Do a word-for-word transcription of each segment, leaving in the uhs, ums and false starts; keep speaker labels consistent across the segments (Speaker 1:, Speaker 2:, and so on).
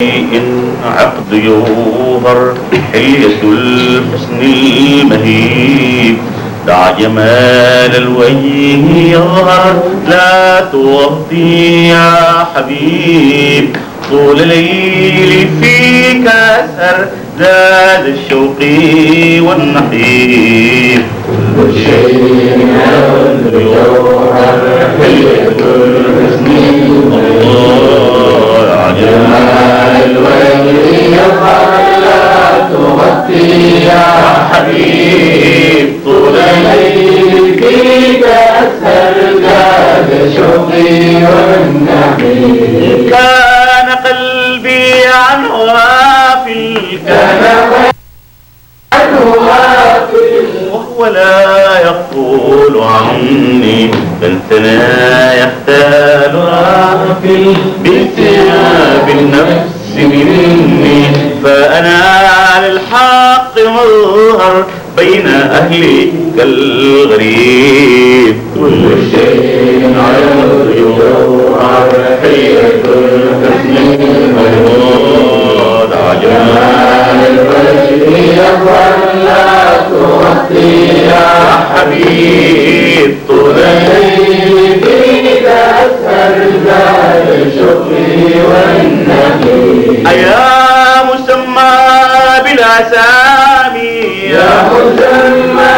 Speaker 1: إن عقد يوهر حلية الحسن المهيب. دع جمال الوجه يظهر لا توطي يا حبيب. طول الليل فيك أسهر زاد الشوق والنحيب.
Speaker 2: كل شيء يوهر حلية الحسن
Speaker 1: الله يا
Speaker 2: جمال الوجه يظهر لا تغطي يا حبيب. طول الليل فيك أسهر زاد شوقي والنحيب.
Speaker 1: كان قلبي عن غافل
Speaker 2: كان عنه غافل
Speaker 1: وهو لا يقول عني بل ثنا يختال غافل بانتهاب النفس مني. فأنا للحق مظهر بين أهلي كالغريب.
Speaker 2: كل شيء عرض يوهر حلية الحسن
Speaker 1: الموضوع
Speaker 2: جمال الوجه يظهر لا تغطي يا حبيب. طول الليل فيك أسهر زاد شوقي والنحيب.
Speaker 1: أيا مسمى بالأسامي
Speaker 2: يا مسمى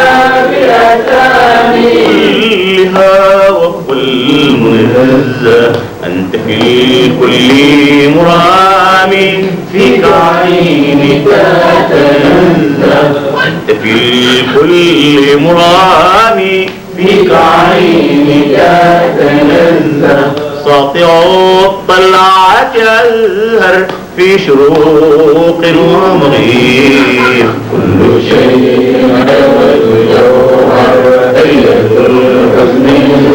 Speaker 2: بالأسامي
Speaker 1: كلها وكل منزه أنت في الكل مرامي.
Speaker 2: فيك عيني تتنزه
Speaker 1: أنت في الكل مرامي.
Speaker 2: فيك عيني تتنزه
Speaker 1: ساطع الطلعة أزهر في شروق ومغيب.
Speaker 2: كل شيء عوض يوهر حلية الحسن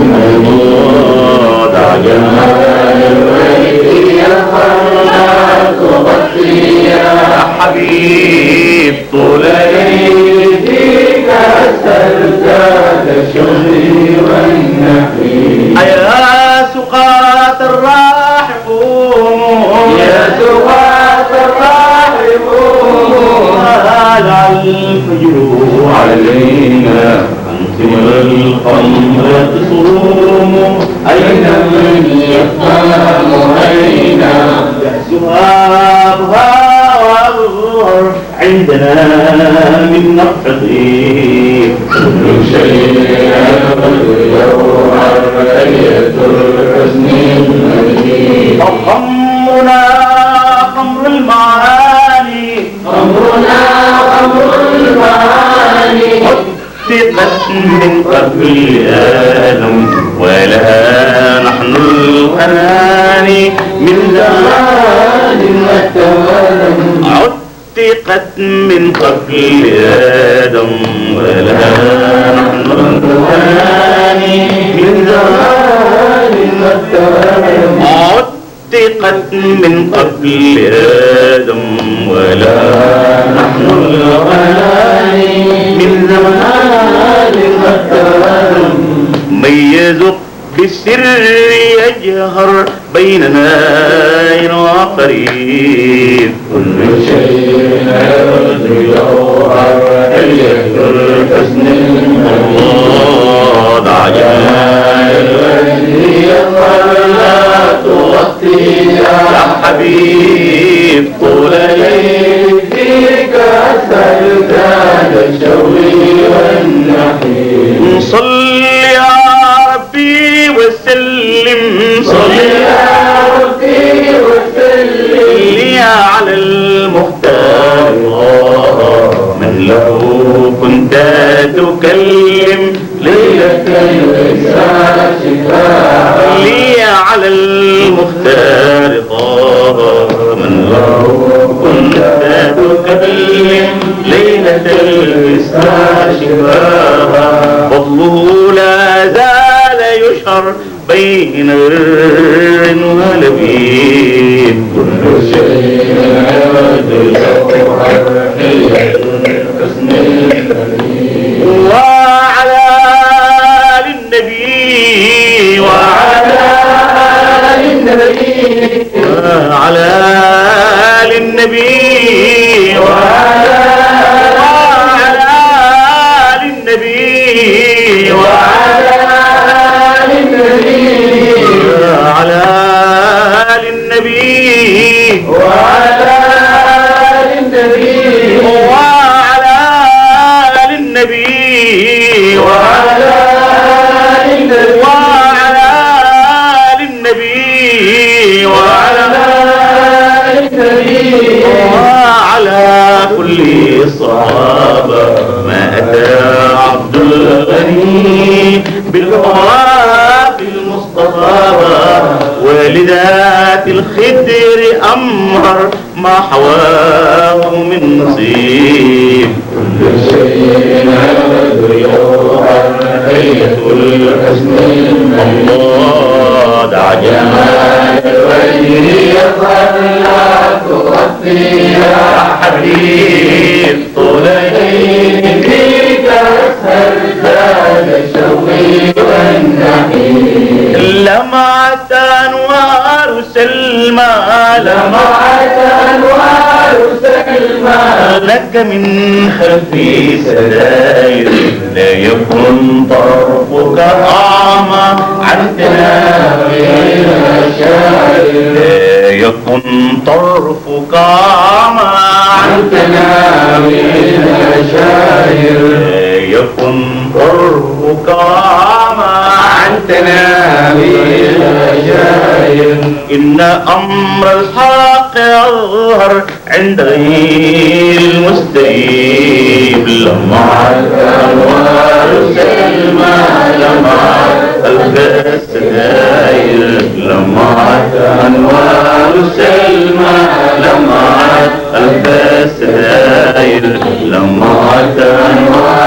Speaker 2: الموضوع. جمال الوجه يظهر لا تغطي يا
Speaker 1: حبيب.
Speaker 2: طول الليل فيك أسهر زاد شوقي والنحيب.
Speaker 1: أيا سقاة الراح قوموا
Speaker 2: يا سقاة الراح قوموا
Speaker 1: طلع الفجر
Speaker 2: علينا
Speaker 1: أنتم الخمر تصوموا.
Speaker 2: أين من يفهم أين
Speaker 1: يحسها أبها وأظهر عندنا من نقطي.
Speaker 2: كل شيء يوهر حلية الحسن المجيد.
Speaker 1: خمرنا خمر المعاني
Speaker 2: خمرنا خمر المعاني
Speaker 1: ثقت من قبل آدم ولها نحن الحناني من زمان
Speaker 2: التوالم.
Speaker 1: عتقت من قبل آدم ولها نحن الحناني من زمان
Speaker 2: التوالم.
Speaker 1: عتقت من قبل آدم ولا نحن الغناني من زمان التوالم. ميز بالسر يجهر بيننا وقريب.
Speaker 2: كل شيء يرد يوهر حلية الحسن
Speaker 1: الموضوع.
Speaker 2: جمال الوجه يظهر لا تغطي يا
Speaker 1: حبيب.
Speaker 2: طول الليل فيك أسهر زاد شوقي والنحيب.
Speaker 1: صل يا ربي وسلم
Speaker 2: صل يا ربي وسلم
Speaker 1: لي على المختار من له كنت تكلم
Speaker 2: ليلة الإسراء شفاء.
Speaker 1: لي على المختار طه من له كنت تكلم ليلة الإسراء شفاء. فضله لا زال يشهر بين الر ولبيب.
Speaker 2: كل شيء عوض يوهر حلية الحسن المجيد.
Speaker 1: وعلى آل النبي وعلى
Speaker 2: وعلى آل النبي
Speaker 1: على النبي وعلى آل النبي وعلى آل النبي وعلى آل النبي وعلى آل النبي وعلى آل النبي وعلى آل النبي وعلى آل النبي وعلى آل النبي وعلى كل الصحابة ما أتى عبد الغني بالأوراق المصطفى والذات الخدر أمهر ما حواه من نصيب
Speaker 2: كل شيء عبد يوحية الحسن
Speaker 1: الله دع جمال
Speaker 2: الوجه يظهر لا تغطيها
Speaker 1: حبيب
Speaker 2: طولين فيك أسهر زاد الشوق والنحيب
Speaker 1: لمعت أنوار سلمى
Speaker 2: لمعت أنوار سلمى
Speaker 1: لك من خلفي سداير لا يكن طرفك أعمى عن تناوي
Speaker 2: المشاعر
Speaker 1: لا يكن طرفك أعمى عن
Speaker 2: تناوي المشاعر
Speaker 1: لا يكن طرفك أعمى عن
Speaker 2: تناوي المشاعر
Speaker 1: إن أمر الحق يظهر عند غير المستجيب لمعت أنوار سلمى لمعت الكأس السداير لمعت أنوار سلمى لمعت الكأس السداير لمعت أنوار